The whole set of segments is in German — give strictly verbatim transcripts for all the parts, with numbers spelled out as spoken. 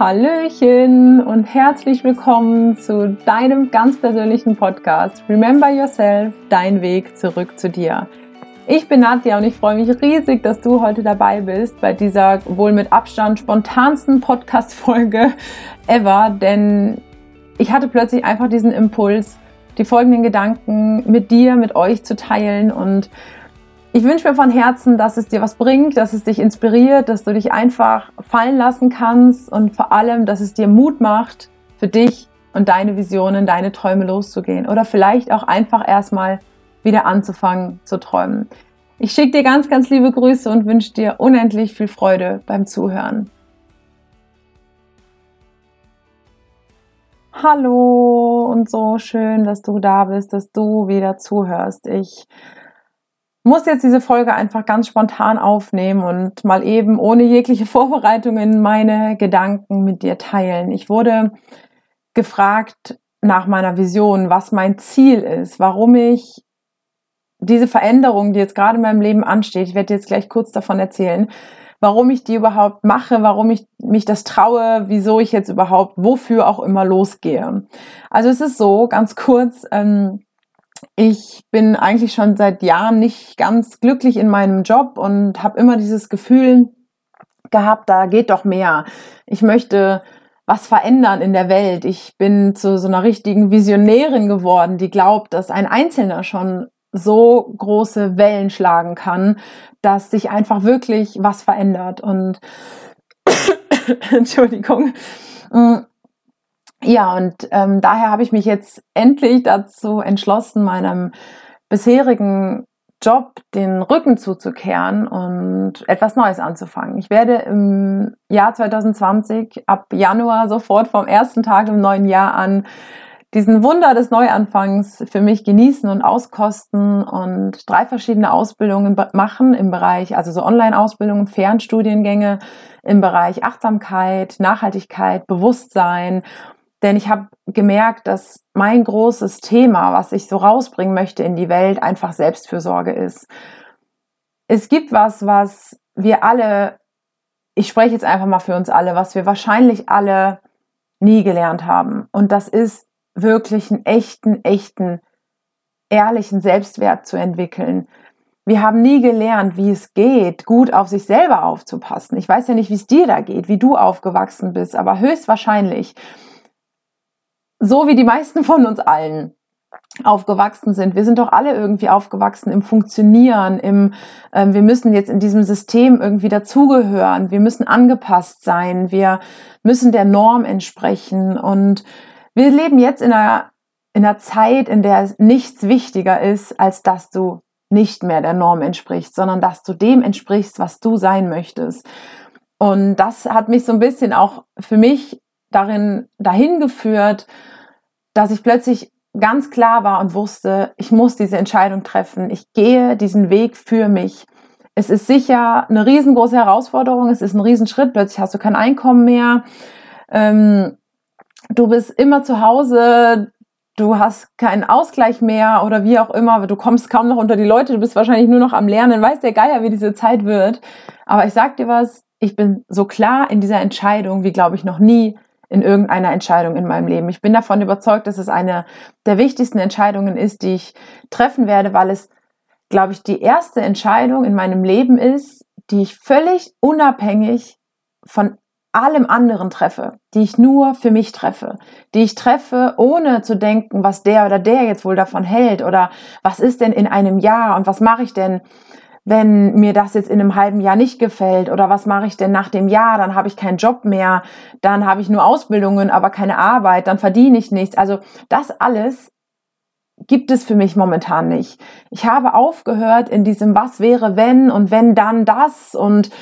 Hallöchen und herzlich willkommen zu deinem ganz persönlichen Podcast Remember Yourself, dein Weg zurück zu dir. Ich bin Nadja und ich freue mich riesig, dass du heute dabei bist bei dieser wohl mit Abstand spontansten Podcast-Folge ever, denn ich hatte plötzlich einfach diesen Impuls, die folgenden Gedanken mit dir, mit euch zu teilen, und ich wünsche mir von Herzen, dass es dir was bringt, dass es dich inspiriert, dass du dich einfach fallen lassen kannst und vor allem, dass es dir Mut macht, für dich und deine Visionen, deine Träume loszugehen oder vielleicht auch einfach erstmal wieder anzufangen zu träumen. Ich schicke dir ganz, ganz liebe Grüße und wünsche dir unendlich viel Freude beim Zuhören. Hallo und so schön, dass du da bist, dass du wieder zuhörst. Ich muss jetzt diese Folge einfach ganz spontan aufnehmen und mal eben ohne jegliche Vorbereitungen meine Gedanken mit dir teilen. Ich wurde gefragt nach meiner Vision, was mein Ziel ist, warum ich diese Veränderung, die jetzt gerade in meinem Leben ansteht, ich werde dir jetzt gleich kurz davon erzählen, warum ich die überhaupt mache, warum ich mich das traue, wieso ich jetzt überhaupt, wofür auch immer losgehe. Also es ist so, ganz kurz, ähm, ich bin eigentlich schon seit Jahren nicht ganz glücklich in meinem Job und habe immer dieses Gefühl gehabt, da geht doch mehr. Ich möchte was verändern in der Welt. Ich bin zu so einer richtigen Visionärin geworden, die glaubt, dass ein Einzelner schon so große Wellen schlagen kann, dass sich einfach wirklich was verändert. Und Entschuldigung. Ja, und ähm, daher habe ich mich jetzt endlich dazu entschlossen, meinem bisherigen Job den Rücken zuzukehren und etwas Neues anzufangen. Ich werde im Jahr zwanzig zwanzig ab Januar sofort vom ersten Tag im neuen Jahr an diesen Wunder des Neuanfangs für mich genießen und auskosten und drei verschiedene Ausbildungen machen im Bereich, also so Online-Ausbildungen, Fernstudiengänge im Bereich Achtsamkeit, Nachhaltigkeit, Bewusstsein. Denn ich habe gemerkt, dass mein großes Thema, was ich so rausbringen möchte in die Welt, einfach Selbstfürsorge ist. Es gibt was, was wir alle, ich spreche jetzt einfach mal für uns alle, was wir wahrscheinlich alle nie gelernt haben. Und das ist wirklich einen echten, echten, ehrlichen Selbstwert zu entwickeln. Wir haben nie gelernt, wie es geht, gut auf sich selber aufzupassen. Ich weiß ja nicht, wie es dir da geht, wie du aufgewachsen bist, aber höchstwahrscheinlich so wie die meisten von uns allen aufgewachsen sind. Wir sind doch alle irgendwie aufgewachsen im Funktionieren, im ähm, wir müssen jetzt in diesem System irgendwie dazugehören, wir müssen angepasst sein, wir müssen der Norm entsprechen, und wir leben jetzt in einer, in einer Zeit, in der nichts wichtiger ist, als dass du nicht mehr der Norm entsprichst, sondern dass du dem entsprichst, was du sein möchtest. Und das hat mich so ein bisschen auch für mich darin dahin geführt, dass ich plötzlich ganz klar war und wusste, ich muss diese Entscheidung treffen. Ich gehe diesen Weg für mich. Es ist sicher eine riesengroße Herausforderung. Es ist ein Riesenschritt. Plötzlich hast du kein Einkommen mehr. Ähm, du bist immer zu Hause. Du hast keinen Ausgleich mehr oder wie auch immer. Du kommst kaum noch unter die Leute. Du bist wahrscheinlich nur noch am Lernen. Weiß der Geier, wie diese Zeit wird. Aber ich sag dir was, ich bin so klar in dieser Entscheidung, wie glaube ich noch nie in irgendeiner Entscheidung in meinem Leben. Ich bin davon überzeugt, dass es eine der wichtigsten Entscheidungen ist, die ich treffen werde, weil es, glaube ich, die erste Entscheidung in meinem Leben ist, die ich völlig unabhängig von allem anderen treffe, die ich nur für mich treffe, die ich treffe, ohne zu denken, was der oder der jetzt wohl davon hält oder was ist denn in einem Jahr und was mache ich denn, wenn mir das jetzt in einem halben Jahr nicht gefällt, oder was mache ich denn nach dem Jahr, dann habe ich keinen Job mehr, dann habe ich nur Ausbildungen, aber keine Arbeit, dann verdiene ich nichts. Also das alles gibt es für mich momentan nicht. Ich habe aufgehört in diesem was wäre wenn und wenn dann das und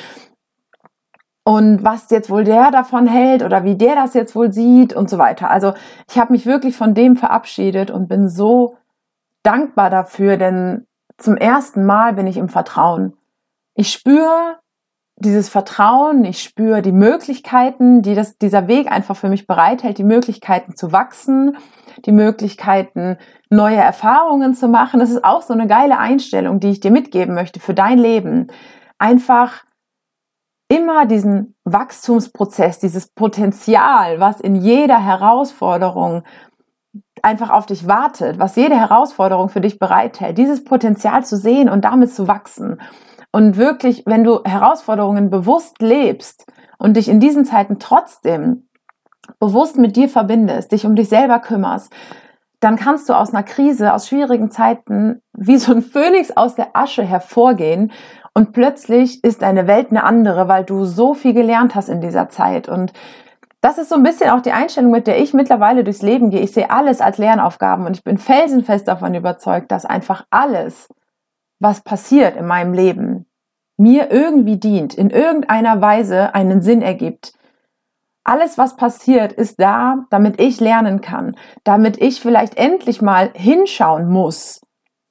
und was jetzt wohl der davon hält oder wie der das jetzt wohl sieht und so weiter. Also ich habe mich wirklich von dem verabschiedet und bin so dankbar dafür, denn zum ersten Mal bin ich im Vertrauen. Ich spüre dieses Vertrauen, ich spüre die Möglichkeiten, die das, dieser Weg einfach für mich bereithält, die Möglichkeiten zu wachsen, die Möglichkeiten, neue Erfahrungen zu machen. Das ist auch so eine geile Einstellung, die ich dir mitgeben möchte für dein Leben. Einfach immer diesen Wachstumsprozess, dieses Potenzial, was in jeder Herausforderung einfach auf dich wartet, was jede Herausforderung für dich bereithält, dieses Potenzial zu sehen und damit zu wachsen. Und wirklich, wenn du Herausforderungen bewusst lebst und dich in diesen Zeiten trotzdem bewusst mit dir verbindest, dich um dich selber kümmerst, dann kannst du aus einer Krise, aus schwierigen Zeiten wie so ein Phönix aus der Asche hervorgehen und plötzlich ist deine Welt eine andere, weil du so viel gelernt hast in dieser Zeit. Und das ist so ein bisschen auch die Einstellung, mit der ich mittlerweile durchs Leben gehe. Ich sehe alles als Lernaufgaben und ich bin felsenfest davon überzeugt, dass einfach alles, was passiert in meinem Leben, mir irgendwie dient, in irgendeiner Weise einen Sinn ergibt. Alles, was passiert, ist da, damit ich lernen kann, damit ich vielleicht endlich mal hinschauen muss.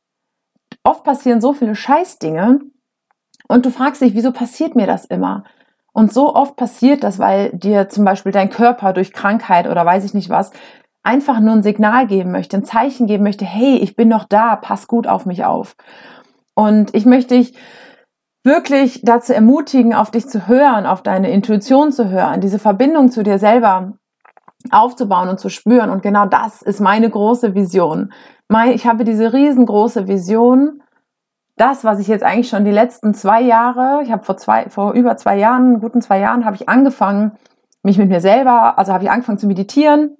Oft passieren so viele Scheißdinge und du fragst dich, wieso passiert mir das immer? Und so oft passiert das, weil dir zum Beispiel dein Körper durch Krankheit oder weiß ich nicht was einfach nur ein Signal geben möchte, ein Zeichen geben möchte, hey, ich bin noch da, pass gut auf mich auf. Und ich möchte dich wirklich dazu ermutigen, auf dich zu hören, auf deine Intuition zu hören, diese Verbindung zu dir selber aufzubauen und zu spüren. Und genau das ist meine große Vision. Ich habe diese riesengroße Vision, das, was ich jetzt eigentlich schon die letzten zwei Jahre, ich habe vor zwei, vor über zwei Jahren, guten zwei Jahren, habe ich angefangen, mich mit mir selber, also habe ich angefangen zu meditieren,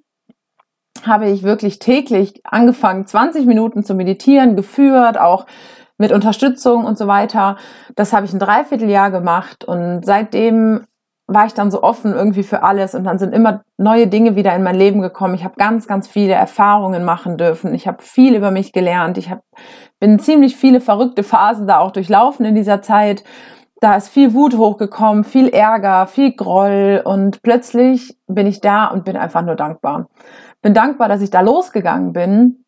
habe ich wirklich täglich angefangen, zwanzig Minuten zu meditieren, geführt, auch mit Unterstützung und so weiter. Das habe ich ein Dreivierteljahr gemacht und seitdem war ich dann so offen irgendwie für alles und dann sind immer neue Dinge wieder in mein Leben gekommen. Ich habe ganz, ganz viele Erfahrungen machen dürfen. Ich habe viel über mich gelernt. Ich habe, bin ziemlich viele verrückte Phasen da auch durchlaufen in dieser Zeit. Da ist viel Wut hochgekommen, viel Ärger, viel Groll und plötzlich bin ich da und bin einfach nur dankbar. Bin dankbar, dass ich da losgegangen bin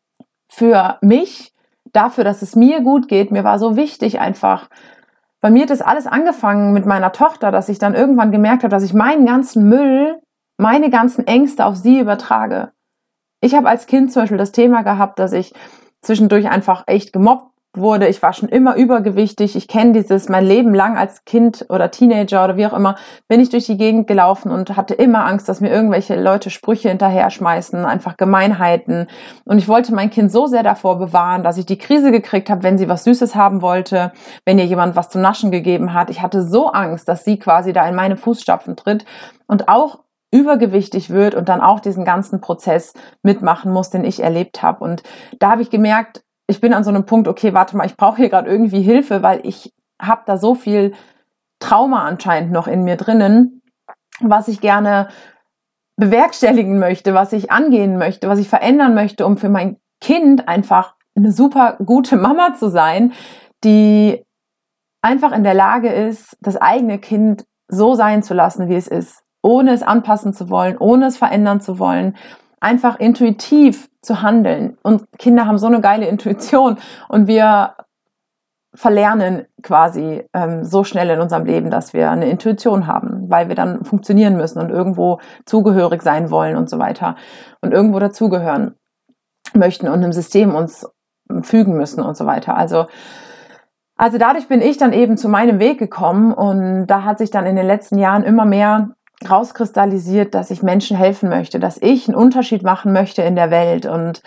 für mich, dafür, dass es mir gut geht. Mir war so wichtig einfach. Bei mir hat das alles angefangen mit meiner Tochter, dass ich dann irgendwann gemerkt habe, dass ich meinen ganzen Müll, meine ganzen Ängste auf sie übertrage. Ich habe als Kind zum Beispiel das Thema gehabt, dass ich zwischendurch einfach echt gemobbt wurde. Ich war schon immer übergewichtig. Ich kenne dieses, mein Leben lang als Kind oder Teenager oder wie auch immer, bin ich durch die Gegend gelaufen und hatte immer Angst, dass mir irgendwelche Leute Sprüche hinterher schmeißen, einfach Gemeinheiten. Und ich wollte mein Kind so sehr davor bewahren, dass ich die Krise gekriegt habe, wenn sie was Süßes haben wollte, wenn ihr jemand was zum Naschen gegeben hat. Ich hatte so Angst, dass sie quasi da in meine Fußstapfen tritt und auch übergewichtig wird und dann auch diesen ganzen Prozess mitmachen muss, den ich erlebt habe. Und da habe ich gemerkt, ich bin an so einem Punkt, okay, warte mal, ich brauche hier gerade irgendwie Hilfe, weil ich habe da so viel Trauma anscheinend noch in mir drinnen, was ich gerne bewerkstelligen möchte, was ich angehen möchte, was ich verändern möchte, um für mein Kind einfach eine super gute Mama zu sein, die einfach in der Lage ist, das eigene Kind so sein zu lassen, wie es ist, ohne es anpassen zu wollen, ohne es verändern zu wollen, einfach intuitiv zu handeln. Und Kinder haben so eine geile Intuition und wir verlernen quasi ähm, so schnell in unserem Leben, dass wir eine Intuition haben, weil wir dann funktionieren müssen und irgendwo zugehörig sein wollen und so weiter und irgendwo dazugehören möchten und einem System uns fügen müssen und so weiter. Also also dadurch bin ich dann eben zu meinem Weg gekommen und da hat sich dann in den letzten Jahren immer mehr rauskristallisiert, dass ich Menschen helfen möchte, dass ich einen Unterschied machen möchte in der Welt und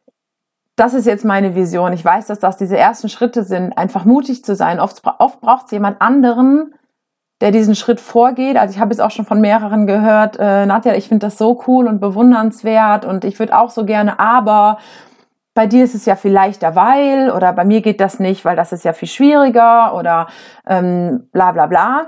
das ist jetzt meine Vision. Ich weiß, dass das diese ersten Schritte sind, einfach mutig zu sein. Oft, oft braucht es jemand anderen, der diesen Schritt vorgeht. Also ich habe es auch schon von mehreren gehört, äh, Nadja, ich finde das so cool und bewundernswert und ich würde auch so gerne, aber bei dir ist es ja viel leichter, weil oder bei mir geht das nicht, weil das ist ja viel schwieriger oder ähm, bla bla bla.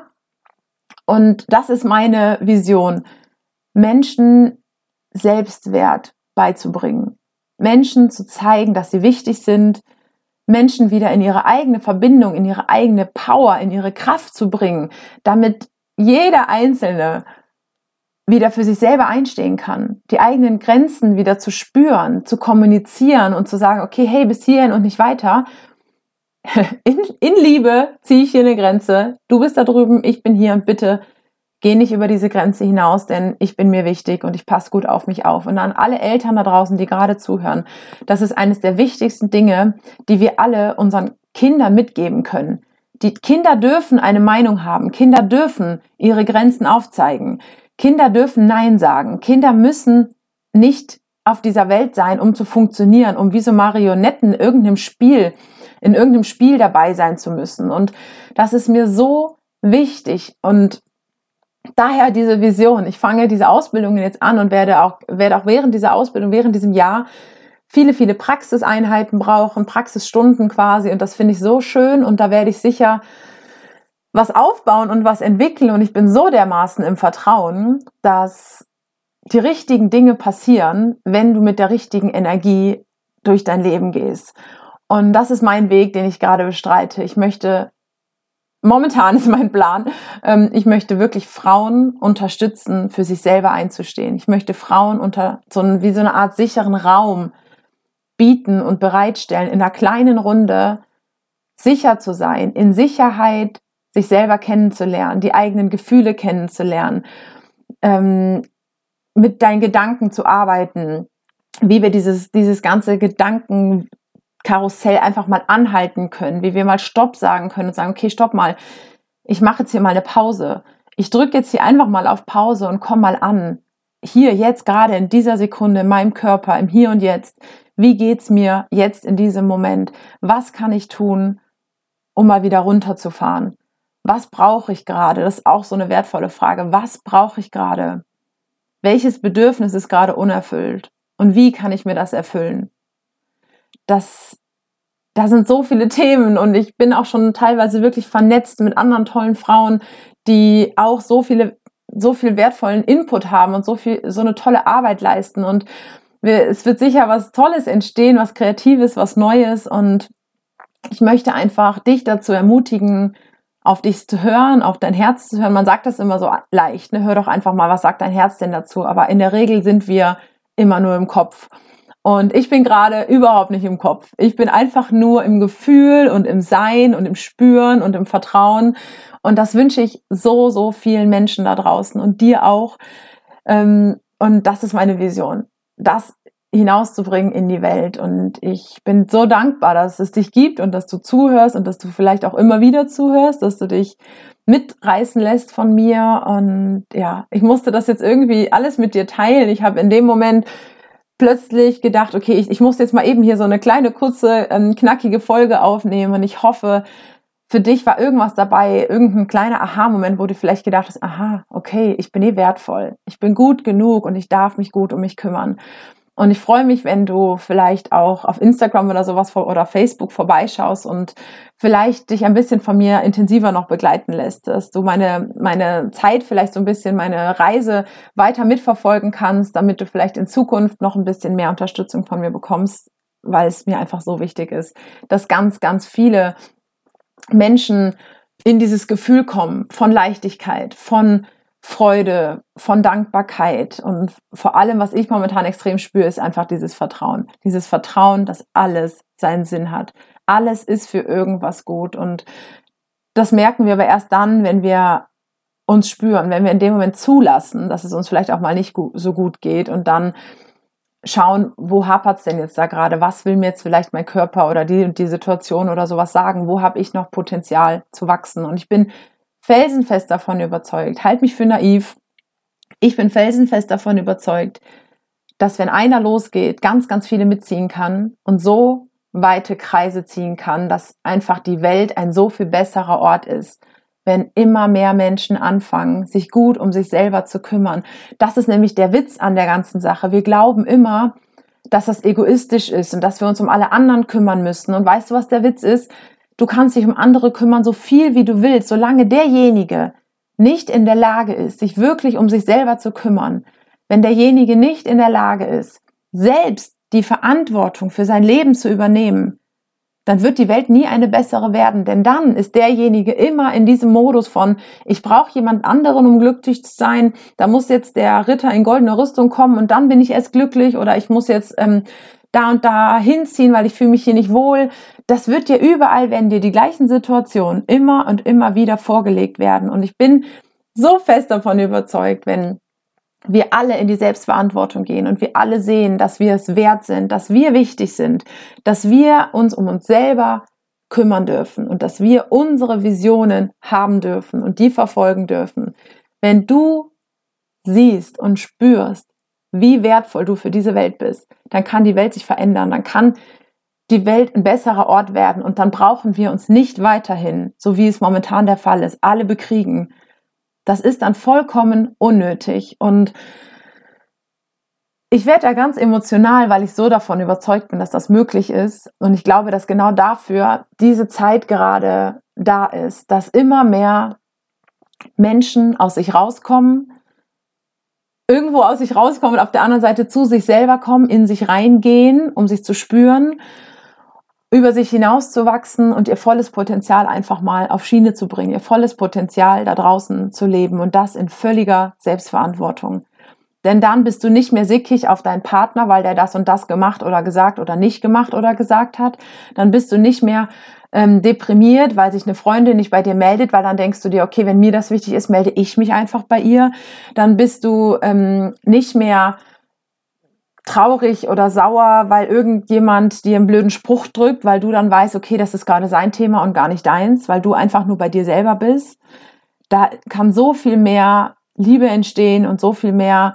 Und das ist meine Vision, Menschen Selbstwert beizubringen, Menschen zu zeigen, dass sie wichtig sind, Menschen wieder in ihre eigene Verbindung, in ihre eigene Power, in ihre Kraft zu bringen, damit jeder Einzelne wieder für sich selber einstehen kann, die eigenen Grenzen wieder zu spüren, zu kommunizieren und zu sagen, okay, hey, bis hierhin und nicht weiter. In, in Liebe ziehe ich hier eine Grenze. Du bist da drüben, ich bin hier und bitte geh nicht über diese Grenze hinaus, denn ich bin mir wichtig und ich passe gut auf mich auf. Und an alle Eltern da draußen, die gerade zuhören, das ist eines der wichtigsten Dinge, die wir alle unseren Kindern mitgeben können. Die Kinder dürfen eine Meinung haben. Kinder dürfen ihre Grenzen aufzeigen. Kinder dürfen Nein sagen. Kinder müssen nicht auf dieser Welt sein, um zu funktionieren, um wie so Marionetten irgendeinem Spiel, in irgendeinem Spiel dabei sein zu müssen. Und das ist mir so wichtig. Und daher diese Vision. Ich fange diese Ausbildungen jetzt an und werde auch, werde auch während dieser Ausbildung, während diesem Jahr viele, viele Praxiseinheiten brauchen, Praxisstunden quasi. Und das finde ich so schön. Und da werde ich sicher was aufbauen und was entwickeln. Und ich bin so dermaßen im Vertrauen, dass die richtigen Dinge passieren, wenn du mit der richtigen Energie durch dein Leben gehst. Und das ist mein Weg, den ich gerade bestreite. Ich möchte, momentan ist mein Plan, ähm, ich möchte wirklich Frauen unterstützen, für sich selber einzustehen. Ich möchte Frauen unter so einen, wie so eine Art sicheren Raum bieten und bereitstellen, in einer kleinen Runde sicher zu sein, in Sicherheit sich selber kennenzulernen, die eigenen Gefühle kennenzulernen, ähm, mit deinen Gedanken zu arbeiten, wie wir dieses, dieses ganze Gedankenkarussell einfach mal anhalten können, wie wir mal Stopp sagen können und sagen, okay, stopp mal, ich mache jetzt hier mal eine Pause. Ich drücke jetzt hier einfach mal auf Pause und komm mal an. Hier, jetzt, gerade in dieser Sekunde, in meinem Körper, im Hier und Jetzt. Wie geht's mir jetzt in diesem Moment? Was kann ich tun, um mal wieder runterzufahren? Was brauche ich gerade? Das ist auch so eine wertvolle Frage. Was brauche ich gerade? Welches Bedürfnis ist gerade unerfüllt? Und wie kann ich mir das erfüllen? Das, da sind so viele Themen und ich bin auch schon teilweise wirklich vernetzt mit anderen tollen Frauen, die auch so viele, so viel wertvollen Input haben und so viel, so eine tolle Arbeit leisten. Und wir, es wird sicher was Tolles entstehen, was Kreatives, was Neues. Und ich möchte einfach dich dazu ermutigen, auf dich zu hören, auf dein Herz zu hören. Man sagt das immer so leicht, ne? Hör doch einfach mal, was sagt dein Herz denn dazu? Aber in der Regel sind wir immer nur im Kopf. Und ich bin gerade überhaupt nicht im Kopf. Ich bin einfach nur im Gefühl und im Sein und im Spüren und im Vertrauen. Und das wünsche ich so, so vielen Menschen da draußen und dir auch. Und das ist meine Vision, das hinauszubringen in die Welt. Und ich bin so dankbar, dass es dich gibt und dass du zuhörst und dass du vielleicht auch immer wieder zuhörst, dass du dich mitreißen lässt von mir. Und ja, ich musste das jetzt irgendwie alles mit dir teilen. Ich habe in dem Moment plötzlich gedacht, okay, ich, ich muss jetzt mal eben hier so eine kleine, kurze, ähm, knackige Folge aufnehmen. Und ich hoffe, für dich war irgendwas dabei, irgendein kleiner Aha-Moment, wo du vielleicht gedacht hast, aha, okay, ich bin eh wertvoll. Ich bin gut genug und ich darf mich gut um mich kümmern. Und ich freue mich, wenn du vielleicht auch auf Instagram oder sowas oder Facebook vorbeischaust und vielleicht dich ein bisschen von mir intensiver noch begleiten lässt, dass du meine, meine Zeit, vielleicht so ein bisschen meine Reise weiter mitverfolgen kannst, damit du vielleicht in Zukunft noch ein bisschen mehr Unterstützung von mir bekommst, weil es mir einfach so wichtig ist, dass ganz, ganz viele Menschen in dieses Gefühl kommen von Leichtigkeit, von Freude, von Dankbarkeit. Und vor allem, was ich momentan extrem spüre, ist einfach dieses Vertrauen. Dieses Vertrauen, dass alles seinen Sinn hat. Alles ist für irgendwas gut. Und das merken wir aber erst dann, wenn wir uns spüren, wenn wir in dem Moment zulassen, dass es uns vielleicht auch mal nicht so gut geht und dann schauen, wo hapert es denn jetzt da gerade? Was will mir jetzt vielleicht mein Körper oder die und die Situation oder sowas sagen? Wo habe ich noch Potenzial zu wachsen? Und ich bin felsenfest davon überzeugt, halt mich für naiv, ich bin felsenfest davon überzeugt, dass wenn einer losgeht, ganz, ganz viele mitziehen kann und so weite Kreise ziehen kann, dass einfach die Welt ein so viel besserer Ort ist, wenn immer mehr Menschen anfangen, sich gut um sich selber zu kümmern. Das ist nämlich der Witz an der ganzen Sache. Wir glauben immer, dass das egoistisch ist und dass wir uns um alle anderen kümmern müssen. Und weißt du, was der Witz ist? Du kannst dich um andere kümmern, so viel wie du willst, solange derjenige nicht in der Lage ist, sich wirklich um sich selber zu kümmern. Wenn derjenige nicht in der Lage ist, selbst die Verantwortung für sein Leben zu übernehmen, dann wird die Welt nie eine bessere werden, denn dann ist derjenige immer in diesem Modus von, ich brauche jemand anderen, um glücklich zu sein, da muss jetzt der Ritter in goldener Rüstung kommen und dann bin ich erst glücklich oder ich muss jetzt ähm, da und da hinziehen, weil ich fühle mich hier nicht wohl. Das wird dir überall, werden dir die gleichen Situationen immer und immer wieder vorgelegt werden und ich bin so fest davon überzeugt, wenn wir alle in die Selbstverantwortung gehen und wir alle sehen, dass wir es wert sind, dass wir wichtig sind, dass wir uns um uns selber kümmern dürfen und dass wir unsere Visionen haben dürfen und die verfolgen dürfen. Wenn du siehst und spürst, wie wertvoll du für diese Welt bist, dann kann die Welt sich verändern, dann kann die Welt ein besserer Ort werden und dann brauchen wir uns nicht weiterhin, so wie es momentan der Fall ist, alle bekriegen. Das ist dann vollkommen unnötig und ich werde da ganz emotional, weil ich so davon überzeugt bin, dass das möglich ist. Und ich glaube, dass genau dafür diese Zeit gerade da ist, dass immer mehr Menschen aus sich rauskommen, irgendwo aus sich rauskommen und auf der anderen Seite zu sich selber kommen, in sich reingehen, um sich zu spüren, über sich hinauszuwachsen und ihr volles Potenzial einfach mal auf Schiene zu bringen, ihr volles Potenzial da draußen zu leben und das in völliger Selbstverantwortung. Denn dann bist du nicht mehr sickig auf deinen Partner, weil der das und das gemacht oder gesagt oder nicht gemacht oder gesagt hat. Dann bist du nicht mehr ähm, deprimiert, weil sich eine Freundin nicht bei dir meldet, weil dann denkst du dir, okay, wenn mir das wichtig ist, melde ich mich einfach bei ihr. Dann bist du ähm, nicht mehr traurig oder sauer, weil irgendjemand dir einen blöden Spruch drückt, weil du dann weißt, okay, das ist gerade sein Thema und gar nicht deins, weil du einfach nur bei dir selber bist. Da kann so viel mehr Liebe entstehen und so viel mehr,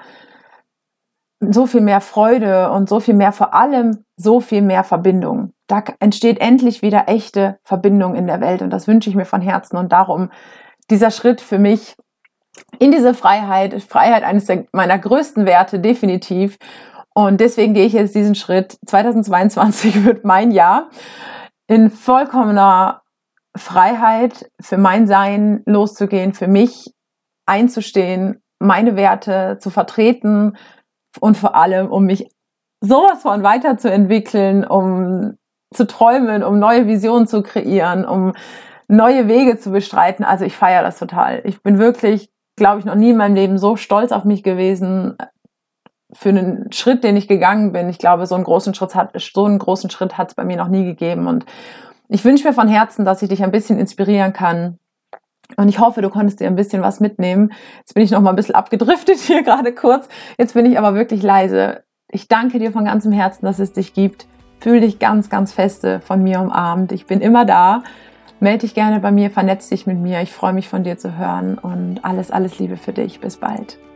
so viel mehr Freude und so viel mehr, vor allem so viel mehr Verbindung. Da entsteht endlich wieder echte Verbindung in der Welt und das wünsche ich mir von Herzen und darum dieser Schritt für mich in diese Freiheit, Freiheit eines meiner größten Werte definitiv und deswegen gehe ich jetzt diesen Schritt. zweitausendzweiundzwanzig wird mein Jahr in vollkommener Freiheit für mein Sein loszugehen, für mich einzustehen, meine Werte zu vertreten und vor allem, um mich sowas von weiterzuentwickeln, um zu träumen, um neue Visionen zu kreieren, um neue Wege zu bestreiten. Also ich feiere das total. Ich bin wirklich, glaube ich, noch nie in meinem Leben so stolz auf mich gewesen für einen Schritt, den ich gegangen bin. Ich glaube, so einen großen Schritt hat, so einen großen Schritt hat es bei mir noch nie gegeben. Und ich wünsche mir von Herzen, dass ich dich ein bisschen inspirieren kann. Und ich hoffe, du konntest dir ein bisschen was mitnehmen. Jetzt bin ich noch mal ein bisschen abgedriftet hier gerade kurz. Jetzt bin ich aber wirklich leise. Ich danke dir von ganzem Herzen, dass es dich gibt. Fühl dich ganz, ganz feste von mir umarmt. Ich bin immer da. Melde dich gerne bei mir, vernetz dich mit mir. Ich freue mich, von dir zu hören. Und alles, alles Liebe für dich. Bis bald.